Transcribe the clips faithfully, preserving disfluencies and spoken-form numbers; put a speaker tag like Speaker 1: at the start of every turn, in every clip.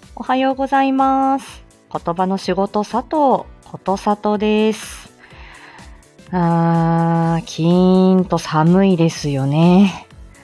Speaker 1: おはようございます。言葉の仕事佐藤ことさとです。あー、キーンと寒いですよね。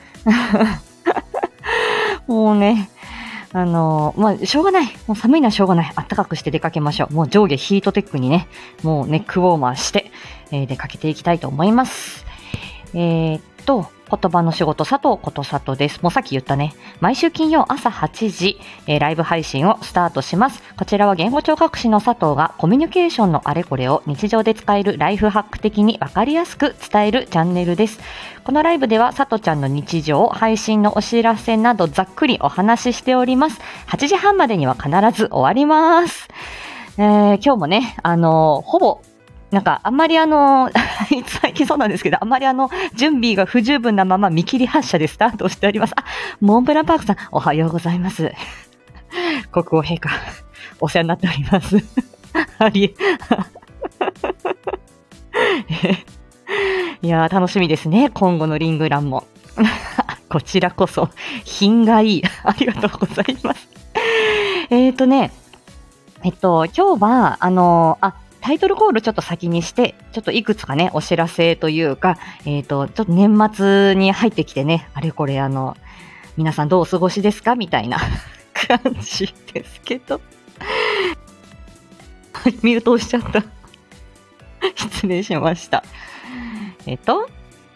Speaker 1: もうね、あのー、まあ、しょうがない。もう寒いのはしょうがない。暖かくして出かけましょう。もう上下ヒートテックにね、もうネックウォーマーして、えー、出かけていきたいと思います。えー、っと、言葉の仕事佐藤ことさとです。もうさっき言ったね。毎週金曜朝はちじ、えー、ライブ配信をスタートします。こちらは言語聴覚士の佐藤がコミュニケーションのあれこれを日常で使えるライフハック的にわかりやすく伝えるチャンネルです。このライブでは佐藤ちゃんの日常、配信のお知らせなどざっくりお話ししております。はちじはんまでには必ず終わります。えー、今日もね、あのー、ほぼなんかあんまりあの最近そうなんですけど、あんまりあの準備が不十分なまま見切り発車でスタートしております。あ、モンブランパークさんおはようございます。国王陛下お世話になっております。ありいやー楽しみですね、今後のリングランも。こちらこそ品がいい。ありがとうございます。えっとね、えっと今日はあのー、あタイトルコールちょっと先にして、ちょっといくつかね、お知らせというか、えっと、ちょっと年末に入ってきてね、あれこれあの、皆さんどうお過ごしですかみたいな感じですけど。ミュートしちゃった。失礼しました。えっと、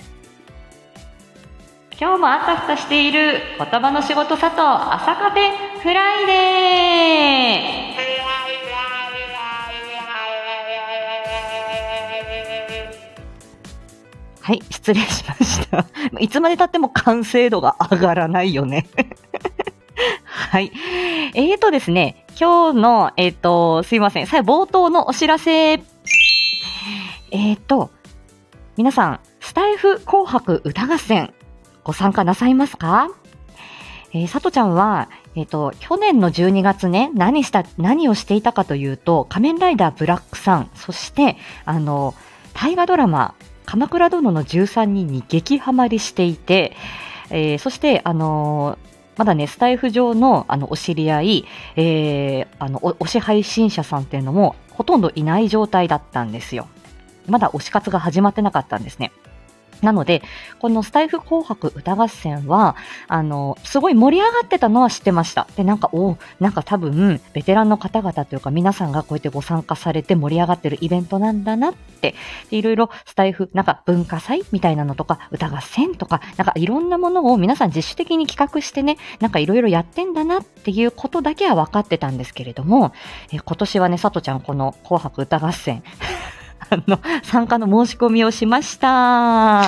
Speaker 1: 今日もあたふたしている言葉の仕事佐藤朝カフェフライデー。はい、失礼しました。いつまで経っても完成度が上がらないよね。はい。えーとですね、今日の、えーと、すいません、最後冒頭のお知らせ。えーと、皆さん、スタイフ紅白歌合戦、ご参加なさいますか？えー、さとちゃんは、えーと、去年のじゅうにがつね、何した、何をしていたかというと、仮面ライダーブラックさん、そして、あの、大河ドラマ、鎌倉殿のじゅうさんにんに激ハマりしていて、えー、そして、あのー、まだね、スタイフ上の、あの、お知り合い、えー、あの、推し配信者さんっていうのも、ほとんどいない状態だったんですよ。まだ推し活が始まってなかったんですね。なので、このスタイフ紅白歌合戦は、あの、すごい盛り上がってたのは知ってました。で、なんか、おなんか多分、ベテランの方々というか、皆さんがこうやってご参加されて盛り上がってるイベントなんだなって、で、いろいろスタイフ、なんか文化祭みたいなのとか、歌合戦とか、なんかいろんなものを皆さん自主的に企画してね、なんかいろいろやってんだなっていうことだけは分かってたんですけれども、え今年はね、さとちゃん、この紅白歌合戦、あの、参加の申し込みをしました。はい。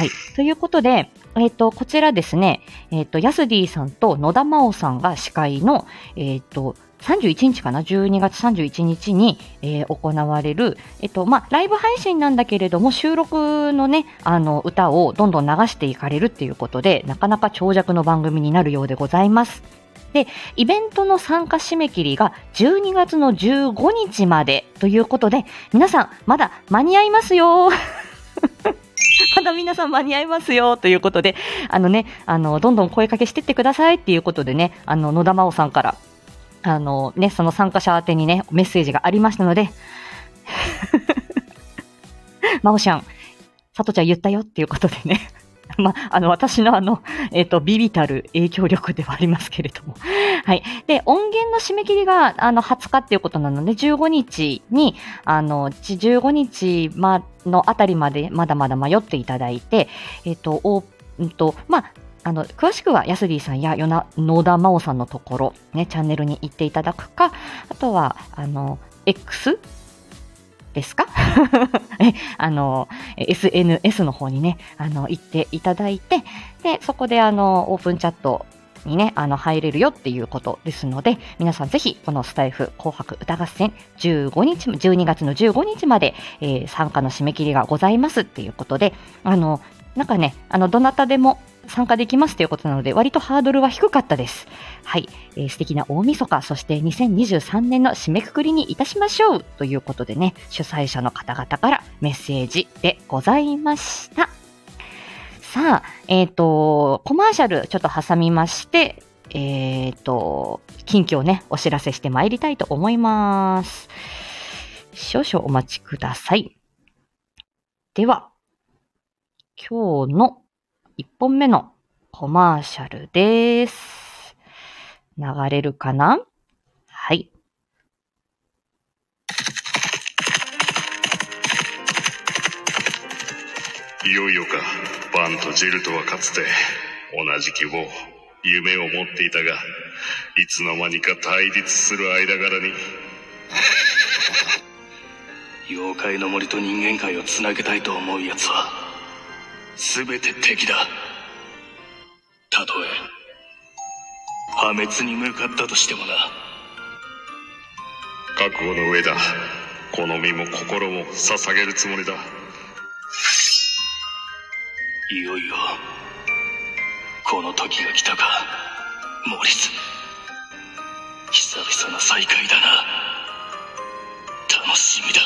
Speaker 1: ということで、えっと、こちらですね、えっと、ヤスディさんと野田真央さんが司会の、えっと、さんじゅういちにちかな ?じゅうにがつさんじゅういちにちに、えー、行われる、えっと、まあ、ライブ配信なんだけれども、収録のね、あの、歌をどんどん流していかれるっていうことで、なかなか長尺の番組になるようでございます。で、イベントの参加締め切りがじゅうにがつのじゅうごにちまでということで、皆さんまだ間に合いますよ。まだ皆さん間に合いますよということで、あのね、あのどんどん声かけしてってくださいっていうことでね、あの野田真央さんからあのね、その参加者宛てにねメッセージがありましたので、真央ちゃん、さとちゃん言ったよっていうことでね。まあ、あの、私のあの、えっと、ビビたる影響力ではありますけれども。はい。で、音源の締め切りが、あの、はつかっていうことなので、じゅうごにちに、あの、じゅうごにちまのあたりまで、まだまだ迷っていただいて、えっと、お、うんと、まあ、あの、詳しくは、ヤスディさんや野田真央さんのところ、ね、チャンネルに行っていただくか、あとは、あの、X？ですかえあの エスエヌエス の方にねあの行っていただいて、でそこであのオープンチャットにねあの入れるよっていうことですので、皆さんぜひこのスタイフ紅白歌合戦じゅうごにちじゅうにがつのじゅうごにちまで、えー、参加の締め切りがございますっていうことで、あのなんかねあのどなたでも参加できますということなので、割とハードルは低かったです。はい、えー、素敵な大晦日、そしてにせんにじゅうさんねんの締めくくりにいたしましょうということでね、主催者の方々からメッセージでございました。さあ、えっと、コマーシャルちょっと挟みまして、 えっと、近況をね、お知らせしてまいりたいと思います。少々お待ちください。では、今日のいっぽんめのコマーシャルです。流れるかな？はい。
Speaker 2: いよいよか。バンとジルとはかつて同じ希望、夢を持っていたが、いつの間にか対立する間柄に。
Speaker 3: 妖怪の森と人間界をつなげたいと思う奴は全て敵だ。たとえ破滅に向かったとしてもな。
Speaker 2: 覚悟の上だ。この身も心も捧げるつもりだ。
Speaker 3: いよいよこの時が来たか、モーリス。久々の再会だな。楽しみだ。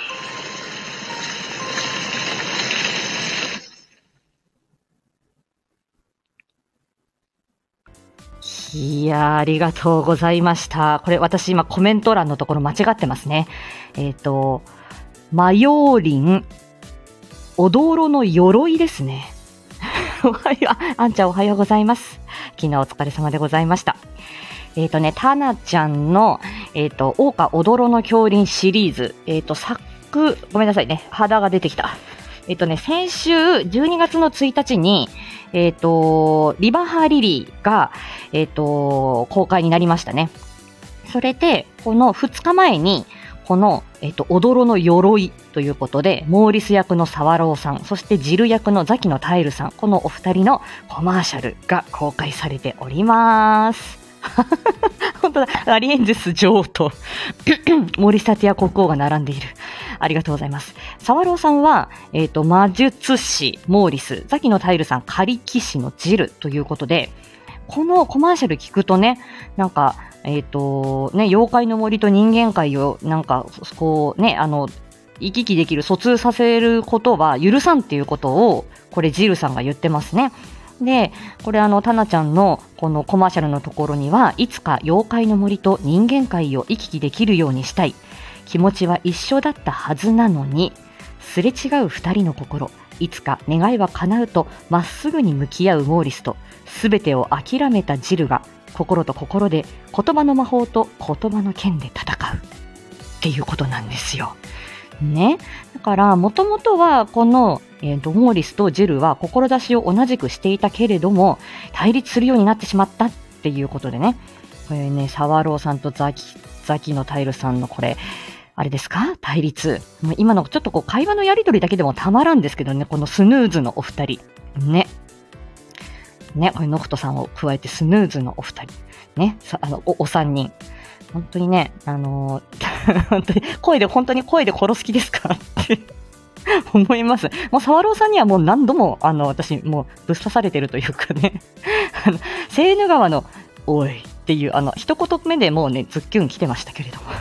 Speaker 1: いやー、ありがとうございました。これ私今コメント欄のところ間違ってますね。えっと、マヨーリン、おどろの鎧ですね。おはよう、あ、あんちゃんおはようございます。昨日お疲れ様でございました。えっとね、タナちゃんの、えっと、桜花おどろの狂輪シリーズ、えっと、作、ごめんなさいね、肌が出てきた。えっとね、先週じゅうにがつのついたちに、えっと、リバハーリリーが、えっと、公開になりましたね。それで、このふつかまえに、この、えっと、おどろの鎧ということで、モーリス役のサワローさん、そしてジル役のザキのタイルさん、このお二人のコマーシャルが公開されております。本当だ、アリエンゼス女王とモーリスタティア国王が並んでいる。ありがとうございます。サワローさんは、えっと、魔術師モーリス、ザキのタイルさん、カリ騎士のジルということで、このコマーシャル聞くとね、なんか、えっと、ね、妖怪の森と人間界を、なんか、こうね、あの、行き来できる、疎通させることは許さんっていうことを、これジルさんが言ってますね。で、これあの、タナちゃんのこのコマーシャルのところには、いつか妖怪の森と人間界を行き来できるようにしたい。気持ちは一緒だったはずなのに、すれ違う二人の心、いつか願いは叶うとまっすぐに向き合うモーリスと、すべてを諦めたジルが、心と心で言葉の魔法と言葉の剣で戦うっていうことなんですよ。ね。だから、もともとはこの、えーと、モーリスとジルは志を同じくしていたけれども、対立するようになってしまったっていうことでね。これね、サワローさんとザキ、ザキのタイルさんのこれ、あれですか？対立。もう今のちょっとこう会話のやりとりだけでもたまらんですけどね、このスヌーズのお二人。ね。ね、これノクトさんを加えてスヌーズのお二人。ね、あの、お、お三人。本当にね、あのー、本当に、声で、本当に声で殺す気ですかって思います。もう、サワローさんにはもう何度も、あの、私、もう、ぶっ刺されてるというかね、あの、セーヌ川の、おいっていう、あの、一言目でもうね、ズッキュン来てましたけれども。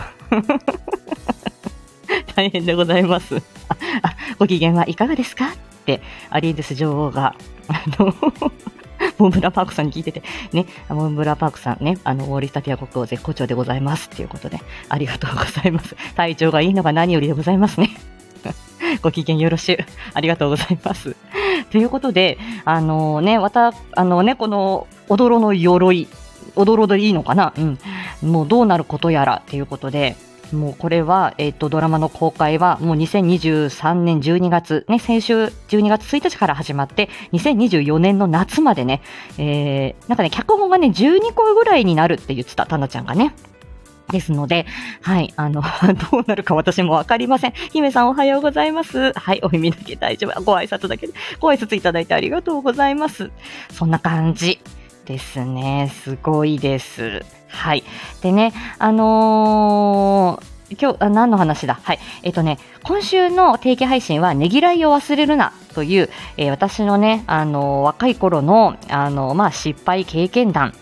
Speaker 1: 大変でございます。あ、あ、ご機嫌はいかがですかって、アリエデス女王が、あの、モンブラパークさんに聞いてて、ね、モンブラパークさんね、あの、モーリスタティア国王絶好調でございますっていうことで、ありがとうございます。体調がいいのが何よりでございますね。ご機嫌よろしゅう。ありがとうございます。ということで、あのね、また、あのね、この、おどろの鎧、おどろでいいのかな？うん。もうどうなることやらっていうことで、もうこれは、えっと、ドラマの公開はもうにせんにじゅうさんねんじゅうにがつ、ね、先週じゅうにがつついたちから始まって、にせんにじゅうよねんの夏までね、えー、なんかね、脚本がね、じゅうにこぐらいになるって言ってた、タナちゃんがね。ですので、はい、あの、どうなるか私もわかりません。姫さんおはようございます。はい、お耳だけ大丈夫。ご挨拶だけで、ご挨拶いただいてありがとうございます。そんな感じですね。すごいです。はい。でね、あのー、今日、あ、何の話だ？はい。えっとね、今週の定期配信は、ねぎらいを忘れるなという、えー、私のね、あのー、若い頃の、あのー、まあ、失敗経験談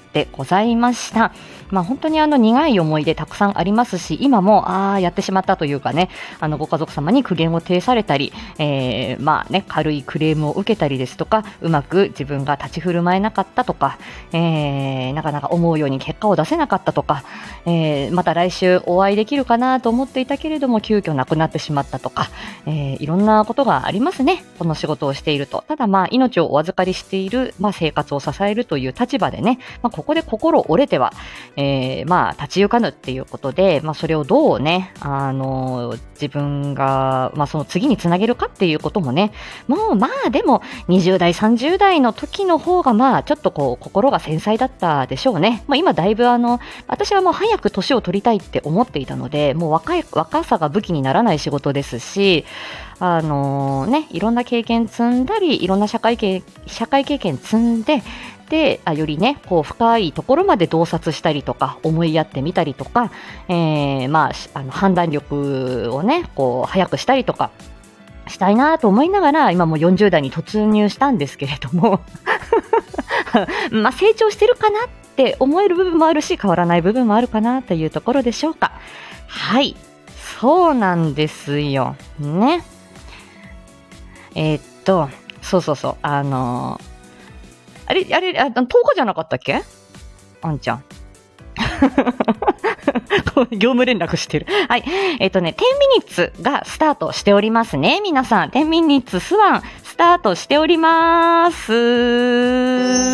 Speaker 1: でございました。まあ、本当にあの苦い思い出たくさんありますし、今もああやってしまったというかね、あのご家族様に苦言を呈されたり、えー、まあね軽いクレームを受けたりですとか、うまく自分が立ち振る舞えなかったとか、えー、なかなか思うように結果を出せなかったとか、えー、また来週お会いできるかなと思っていたけれども急遽亡くなってしまったとか、えー、いろんなことがありますね、この仕事をしていると。ただまあ命をお預かりしている、まあ、生活を支えるという立場でね、まあ、ここで心折れては、えー、まあ立ち行かぬっていうことで、まあ、それをどうね、あの自分が、まあ、その次につなげるかっていうこともね、もうまあでもにじゅう代さんじゅう代の時の方がまあちょっとこう心が繊細だったでしょうね。まあ、今だいぶあの私はもう早く年を取りたいって思っていたので、もう若い若さが武器にならない仕事ですし、あのね、いろんな経験積んだり、いろんな社会経社会経験積んで、であよりねこう深いところまで洞察したりとか思いやってみたりとか、えーまあ、あの判断力をねこう早くしたりとかしたいなと思いながら今もうよんじゅう代に突入したんですけれどもまあ成長してるかなって思える部分もあるし、変わらない部分もあるかなというところでしょうか。はい、そうなんですよね。えー、っとそうそうそうあのーあれ、あれ、あ、とおかじゃなかったっけ？あんちゃん。業務連絡してる。はい。えっとね、じゅうミニッツがスタートしておりますね。皆さん、じゅうミニッツスワンスタートしております。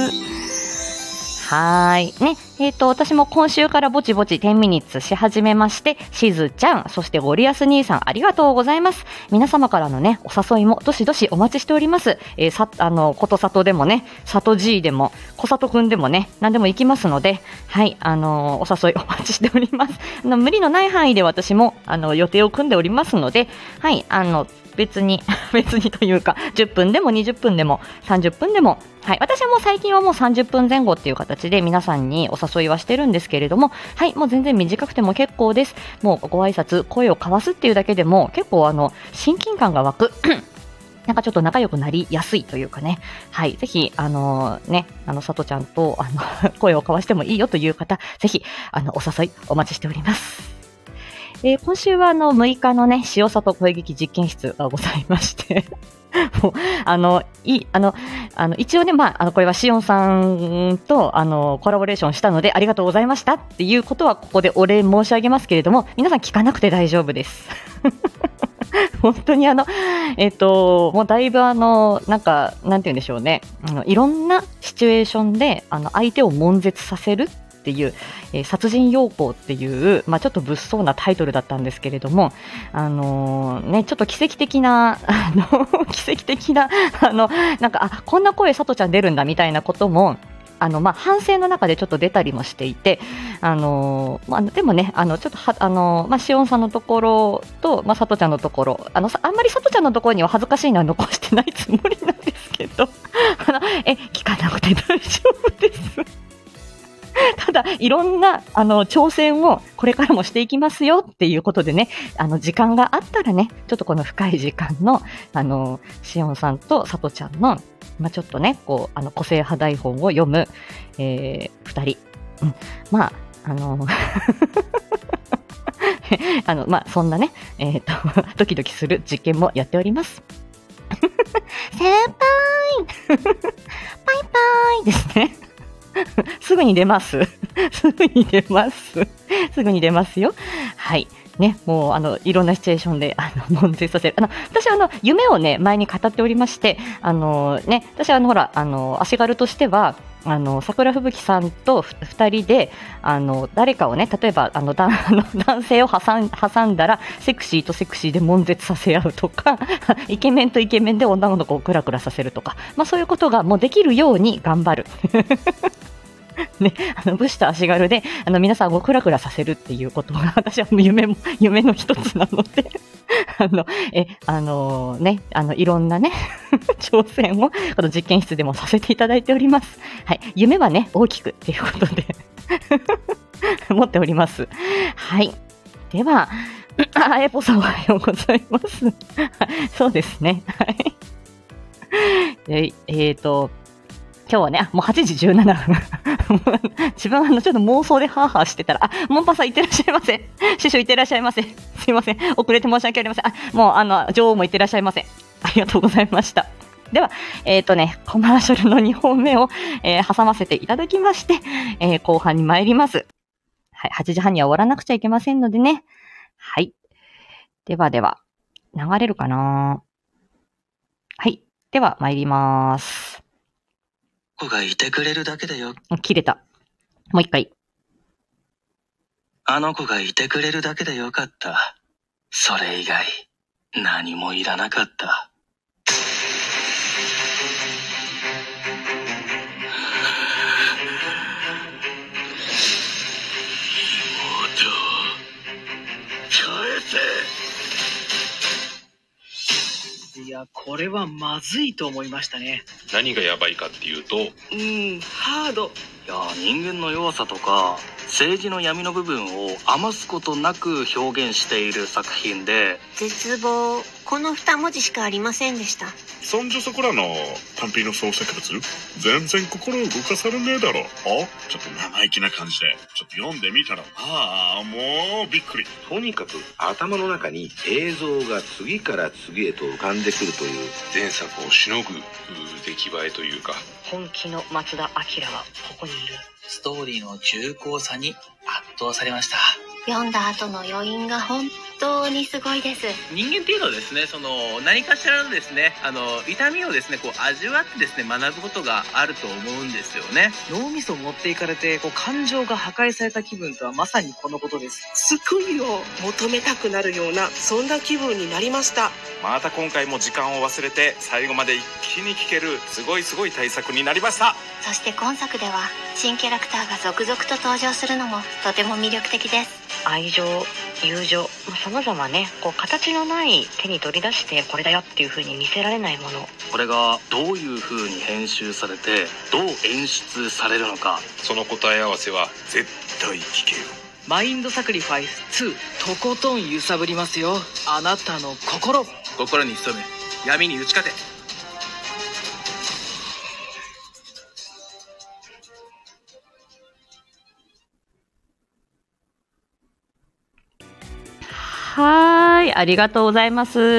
Speaker 1: はーい。ね。えっと、私も今週からぼちぼちじゅうミニッツし始めまして、しずちゃん、そしてゴリアス兄さん、ありがとうございます。皆様からのね、お誘いもどしどしお待ちしております。えー、さ、あの、ことさとでもね、さとじいでも、こさとくんでもね、何でも行きますので、はい、あのー、お誘いお待ちしております。あの、無理のない範囲で私も、あの、予定を組んでおりますので、はい、あの、別に、別にというか、じゅっぷんでもにじゅっぷんでもさんじゅっぷんでも、はい、私はもう最近はもうさんじゅっぷんぜん後っていう形で皆さんにお誘いはしてるんですけれども、はい、もう全然短くても結構です。もうご挨拶、声を交わすっていうだけでも結構あの、親近感が湧く。なんかちょっと仲良くなりやすいというかね。はい。ぜひ、あのー、ね、あの、さとちゃんと、あの、声を交わしてもいいよという方、ぜひ、あの、お誘いお待ちしております。えー、今週はあのむいかのね、塩里声劇実験室がございましてもう、あの、いい、あの、あの、一応ね、まあ、あの、これはしおんさんと、あの、コラボレーションしたので、ありがとうございましたっていうことは、ここでお礼申し上げますけれども、皆さん聞かなくて大丈夫です。本当にあの、えっと、もうだいぶあの、なんか、なんて言うんでしょうね。あの、いろんなシチュエーションで、あの、相手を悶絶させるっていう、えー、殺人要項っていう、まあ、ちょっと物騒なタイトルだったんですけれども、あのー、ね、ちょっと奇跡的な、あの、奇跡的な、あの、なんか、あ、こんな声、さとちゃん出るんだみたいなことも、あの、まあ、反省の中でちょっと出たりもしていて、あのー、まあ、でもね、あの、ちょっとは、あのー、まあ、しおんさんのところと、まあ、さとちゃんのところ、あの、あんまりさとちゃんのところには恥ずかしいのは残してないつもりなんですけど、あの、え、聞かなくて大丈夫です。ただ、いろんな、あの、挑戦をこれからもしていきますよっていうことでね、あの、時間があったらね、ちょっとこの深い時間の、あの、しおんさんとさとちゃんの、まあ、ちょっとね、こう、あの、個性派台本を読む、えー、二人。うん。まあ、あの、あの、まあ、そんなね、えっと、ドキドキする実験もやっております。先輩バイバイですね。すぐに出ます。すぐに出ます。すぐに出ますよ。はい。ね、もう、あの、いろんなシチュエーションで、あの、悶絶させる。あの、私は、あの、夢をね、前に語っておりまして、あの、ね、私は、あの、ほら、あの、足軽としては、あの、桜吹雪さんと二人で、あの、誰かをね、例えば、あの、だあの男性を挟ん、挟んだら、セクシーとセクシーで悶絶させ合うとか、イケメンとイケメンで女の子をクラクラさせるとか、まあ、そういうことがもうできるように頑張る。ね、あの武士と足軽であの皆さんをクラクラさせるっていうことが私は夢も夢の一つなのであのえあのねあのいろんなね挑戦をこの実験室でもさせていただいております。はい、夢はね大きくっていうことで持っております。はい、ではあエポさんおはようございます。そうですね。はい。ええーと今日はね、あもうはちじじゅうななふん。自分あの、ちょっと妄想でハーハーしてたら、あ、モンパさんいってらっしゃいませ。師匠いってらっしゃいませ。すいません。遅れて申し訳ありません。あ、もうあの、女王もいってらっしゃいませ。ありがとうございました。では、えっとね、コマーシャルのにほんめを、えー挟ませていただきまして、えー後半に参ります。はい、はちじはんには終わらなくちゃいけませんのでね。はい。ではでは、流れるかな？はい。では、参ります。
Speaker 3: 子がいてくれるだけでよ。
Speaker 1: 切れた。もう一回。
Speaker 3: あの子がいてくれるだけでよかった。それ以外、何もいらなかった。
Speaker 4: いや、これはまずいと思いましたね。
Speaker 5: 何がやばいかっていうと、
Speaker 4: うーん、ハード。
Speaker 3: いや、人間の弱さとか政治の闇の部分を余すことなく表現している作品で、
Speaker 6: 絶望、この二文字しかありませんでした。
Speaker 2: そんじょそこらの単品の創作物全然心動かされねえだろ。あちょっと生意気な感じでちょっと読んでみたら、ああもうびっくり。
Speaker 7: とにかく頭の中に映像が次から次へと浮かんでくるという、
Speaker 5: 前作をしのぐ出来栄えというか、
Speaker 8: 本気の松田明はここにいる。
Speaker 4: ストーリーの重厚さに圧倒されました。
Speaker 6: 読んだ後の余韻が本当にすごいです。
Speaker 9: 人間っていうのはですね、その何かしらのですね、あの痛みをですね、こう味わってですね、学ぶことがあると思うんですよね。
Speaker 4: 脳みそを持っていかれて、こう感情が破壊された気分とはまさにこのことです。
Speaker 10: 救いを求めたくなるような、そんな気分になりました。
Speaker 11: また今回も時間を忘れて最後まで一気に聴けるすごいすごい大作になりました。
Speaker 6: そして今作では新キャラクターが続々と登場するのもとても魅力的です。
Speaker 8: 愛情、友情、さまざまね、こう形のない手に取り出してこれだよっていう風に見せられないもの。
Speaker 3: これがどういう風に編集されてどう演出されるのか、
Speaker 5: その答え合わせは絶対聞けよ。
Speaker 4: マインドサクリファイスツー、とことん揺さぶりますよ。あなたの心。
Speaker 9: 心に潜め、闇に打ち勝て。
Speaker 1: はーい。ありがとうございます。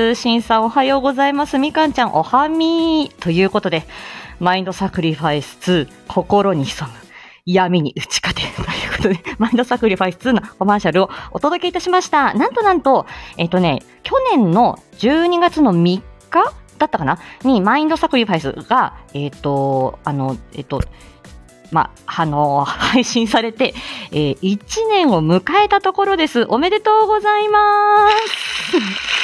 Speaker 1: しんさんおはようございます。みかんちゃんおはみー。ということで、マインドサクリファイスツー、心に潜む。闇に打ち勝て。ということで、マインドサクリファイスツーのコマーシャルをお届けいたしました。なんとなんと、えっとね、去年のじゅうにがつのみっかだったかなに、マインドサクリファイスが、えっと、あの、えっと、まあ、あのー、配信されて、えー、いちねんを迎えたところです。おめでとうございます。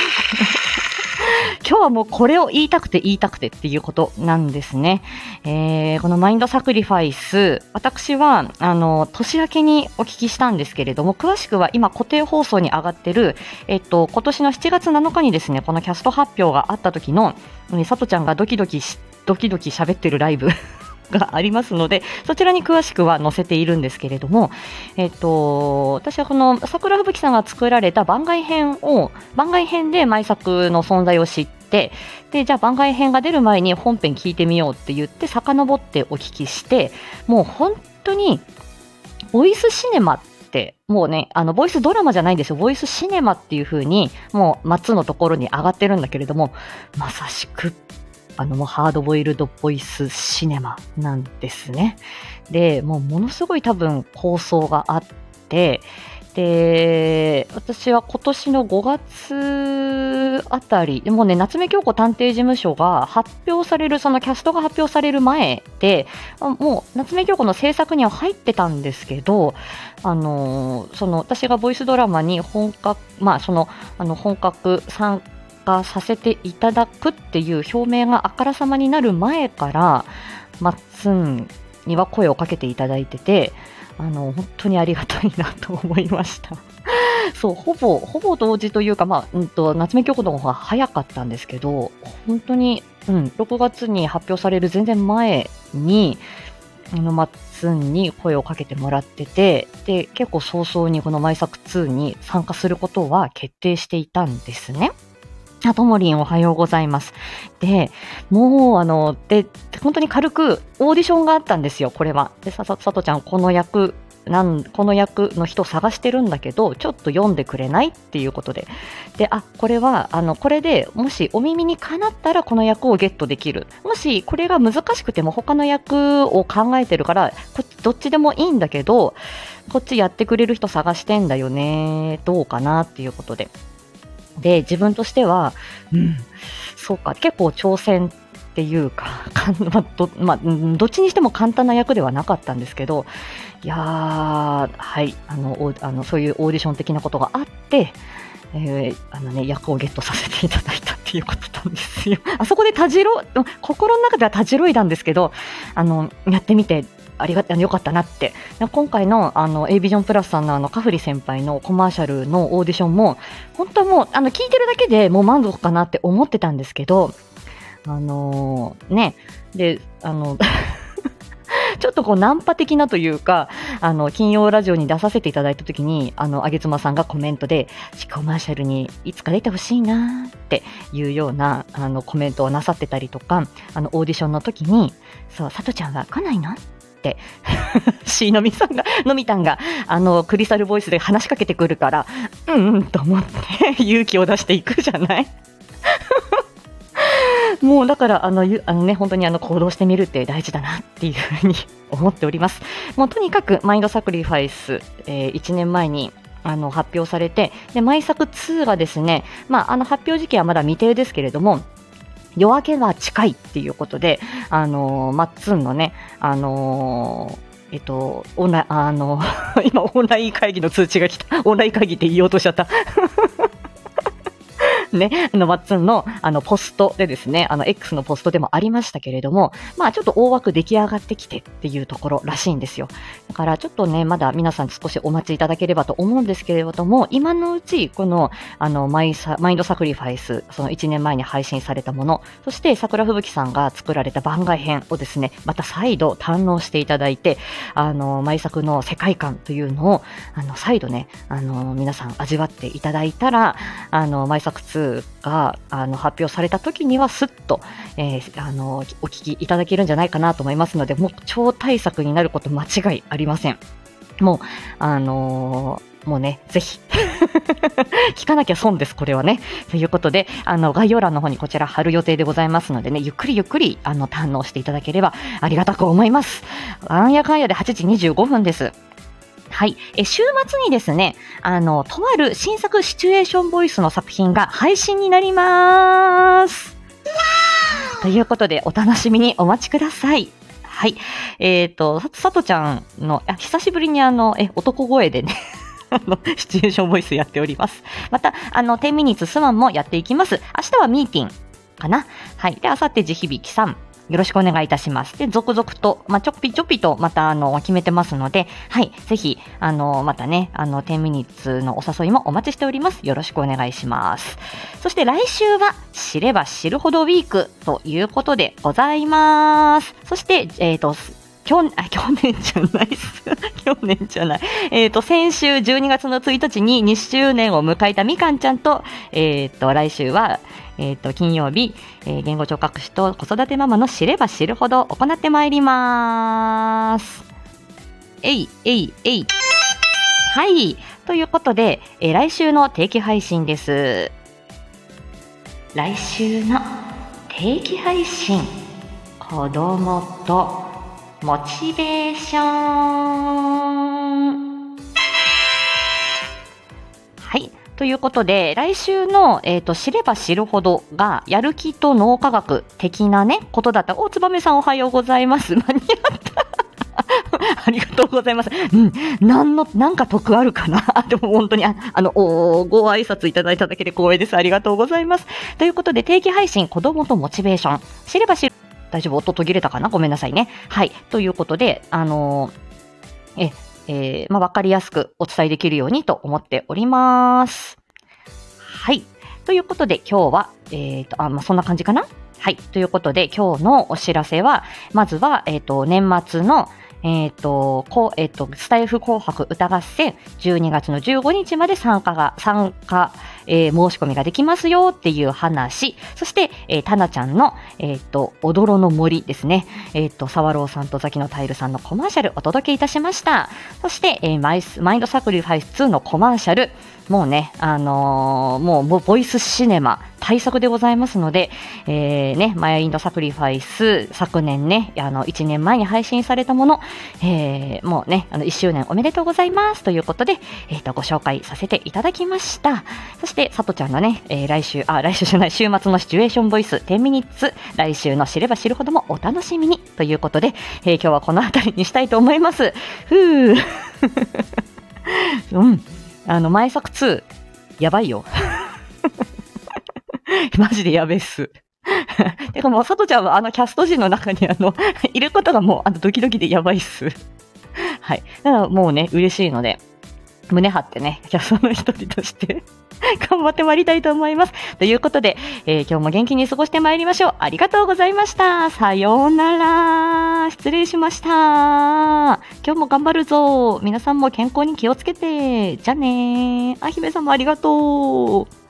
Speaker 1: 今日はもうこれを言いたくて言いたくてっていうことなんですね。えー、このマインドサクリファイス、私は、あの、年明けにお聞きしたんですけれども、詳しくは今固定放送に上がってる、えっと、今年のしちがつなのかにですね、このキャスト発表があった時の、ね、さとちゃんがドキドキし、ドキドキ喋ってるライブ。がありますので、そちらに詳しくは載せているんですけれども、えっと、私はこの桜吹雪さんが作られた番外編を、番外編で毎作の存在を知って、で、じゃあ番外編が出る前に本編聞いてみようって言って遡ってお聞きして、もう本当に、ボイスシネマって、もうね、あの、ボイスドラマじゃないんですよ。ボイスシネマっていう風に、もう松のところに上がってるんだけれども、まさしく、あのもうハードボイルドボイスシネマなんですね。で、もうものすごい多分構想があって、で、私は今年のごがつあたり、でもね、夏目京子探偵事務所が発表される、そのキャストが発表される前で、もう夏目京子の制作には入ってたんですけど、あの、その私がボイスドラマに本格、まあその、あの本格参加させていただくっていう表明があからさまになる前からマッツンには声をかけていただいてて、あの本当にありがたいなと思いました。そうほぼほぼ同時というか、まあうんと夏目京子の方が早かったんですけど、本当に、うん、ろくがつに発表される全然前にあのマッツンに声をかけてもらってて、で結構早々にこのマイサクツーに参加することは決定していたんですね。 あ、ともりんおはようございます。で、もう、あの、で、本当に軽くオーディションがあったんですよ、これは。で、さ、さ、さとちゃん、この役、なん、この役の人を探してるんだけど、ちょっと読んでくれないっていうことで。で、あ、これは、あの、これでもしお耳にかなったらこの役をゲットできる。もしこれが難しくても他の役を考えてるから、こどっちでもいいんだけど、こっちやってくれる人探してんだよね。どうかなっていうことで。で、自分としては、うん、そうか、結構挑戦っていうか、かんまあどまあ、どっちにしても簡単な役ではなかったんですけど、いやー、はい、あの、あのそういうオーディション的なことがあって、えーあのね、役をゲットさせていただいたっていうことなんですよ。あそこでたじろ、心の中ではたじろいだんですけど、あの、やってみて、ありがたよかったなって。今回のあの A ビジョンプラスさんのあのカフリ先輩のコマーシャルのオーディションも本当はもうあの聞いてるだけでもう満足かなって思ってたんですけど、あのー、ねであのちょっとこうナンパ的なというか、あの金曜ラジオに出させていただいたときにあのあげつまさんがコメントでコマーシャルにいつか出てほしいなっていうようなあのコメントをなさってたりとか、あのオーディションの時にそうさとちゃんは来ないのってしのみさんがのみたんがあのクリスタルボイスで話しかけてくるから、うんうんと思って勇気を出していくじゃないもうだからあのあのね本当にあの行動してみるって大事だなっていうふうに思っております。もうとにかくマインドサクリファイス、えー、いちねんまえにあの発表されて、でマイ作ツーがですね、まああの発表時期はまだ未定ですけれども、夜明けは近いっていうことで、あのー、マッツンのね、あのー、えっと、オンライン、あのー、今オンライン会議の通知が来た。オンライン会議って言おうとしちゃった。ね、あの、マッツンの、あの、ポストでですね、あの、X のポストでもありましたけれども、まあ、ちょっと大枠出来上がってきてっていうところらしいんですよ。だから、ちょっとね、まだ皆さん少しお待ちいただければと思うんですけれども、今のうち、この、あの、マイサ、マインドサクリファイス、そのいちねんまえに配信されたもの、そして、桜吹雪さんが作られた番外編をですね、また再度堪能していただいて、あの、マイ作の世界観というのを、あの、再度ね、あの、皆さん味わっていただいたら、あの、マイ作ツーがあの発表された時にはすっと、えー、あのお聞きいただけるんじゃないかなと思いますので、もう超大作になること間違いありません。もうあのー、もうねぜひ聞かなきゃ損です、これはね。ということで、あの概要欄の方にこちら貼る予定でございますのでね、ゆっくりゆっくりあの堪能していただければありがたく思います。あんやかんやではちじにじゅうごふんです。はい。え、週末にですね、あの、とある新作シチュエーションボイスの作品が配信になります。ということで、お楽しみにお待ちください。はい。えっと、さとちゃんの、あ、久しぶりにあの、え、男声でね、あの、シチュエーションボイスやっております。また、あの、じゅうミニッツスワンもやっていきます。明日はミーティンかな。はい。で、明後日地響さん。よろしくお願いいたします。で、続々と、まあ、ちょっぴちょっぴと、また、あの、決めてますので、はい、ぜひ、あの、またね、あの、じゅうミニッツのお誘いもお待ちしております。よろしくお願いします。そして来週は、知れば知るほどウィークということでございます。そして、えっと、去年、あ、去年じゃないっす。去年じゃない。えっと、先週じゅうにがつのついたちににしゅうねんを迎えたみかんちゃんと、えっと、来週は、えっと、金曜日、えー、言語聴覚士と子育てママの知れば知るほど行ってまいります。えい、えい、えい。はい。ということで、えー、来週の定期配信です。来週の定期配信。子供とモチベーション。はい。ということで、来週の、えっと、知れば知るほどが、やる気と脳科学的なね、ことだった。お、つばめさんおはようございます。間に合った。ありがとうございます。うん。なんの、なんか得あるかなでも本当に、あ、あの、おご挨拶いただいただけで光栄です。ありがとうございます。ということで、定期配信、子供とモチベーション。知れば知る。大丈夫？音途切れたかな？ごめんなさいね。はい。ということで、あのー、え、えー、まあ、わかりやすくお伝えできるようにと思っております。はい。ということで、今日は、えっと、あ、まあ、そんな感じかな？はい。ということで、今日のお知らせは、まずは、えっと、年末の、 えっ、と、こう、えっ、と、スタイフ紅白歌合戦、じゅうにがつのじゅうごにちまで参加が、参加、えー、申し込みができますよっていう話。そして、えー、タナちゃんの、えっ、と、踊ろの森ですね。えっ、と、サワローさんとザキのタイルさんのコマーシャルお届けいたしました。そして、えー、マイス、マインドサクリファイスツーのコマーシャル。もうね、あのー、もう、もうボイスシネマ対策でございますので、えー、ね、マインドサクリファイス、昨年ね、あの、いちねんまえに配信されたもの、えー、もうね、あの、いっしゅうねんおめでとうございますということで、えっ、と、ご紹介させていただきました。そして、さとちゃんのね、えー、来週、あ、来週じゃない、週末のシチュエーションボイスじゅうミニッツ、来週の知れば知るほどもお楽しみにということで、えー、今日はこの辺りにしたいと思います。ふぅ。うん。あの、前作ツー、やばいよ。マジでやべえっす。てかもう、さとちゃんはあのキャスト陣の中にあの、いることがもうあのドキドキでやばいっす。はい。だからもうね、嬉しいので、胸張ってね、キャストの一人として頑張ってまいりたいと思います。ということで、えー、今日も元気に過ごしてまいりましょう。ありがとうございました。さようなら。失礼しました。今日も頑張るぞ。皆さんも健康に気をつけて。じゃあねー。あひめさんもありがとう。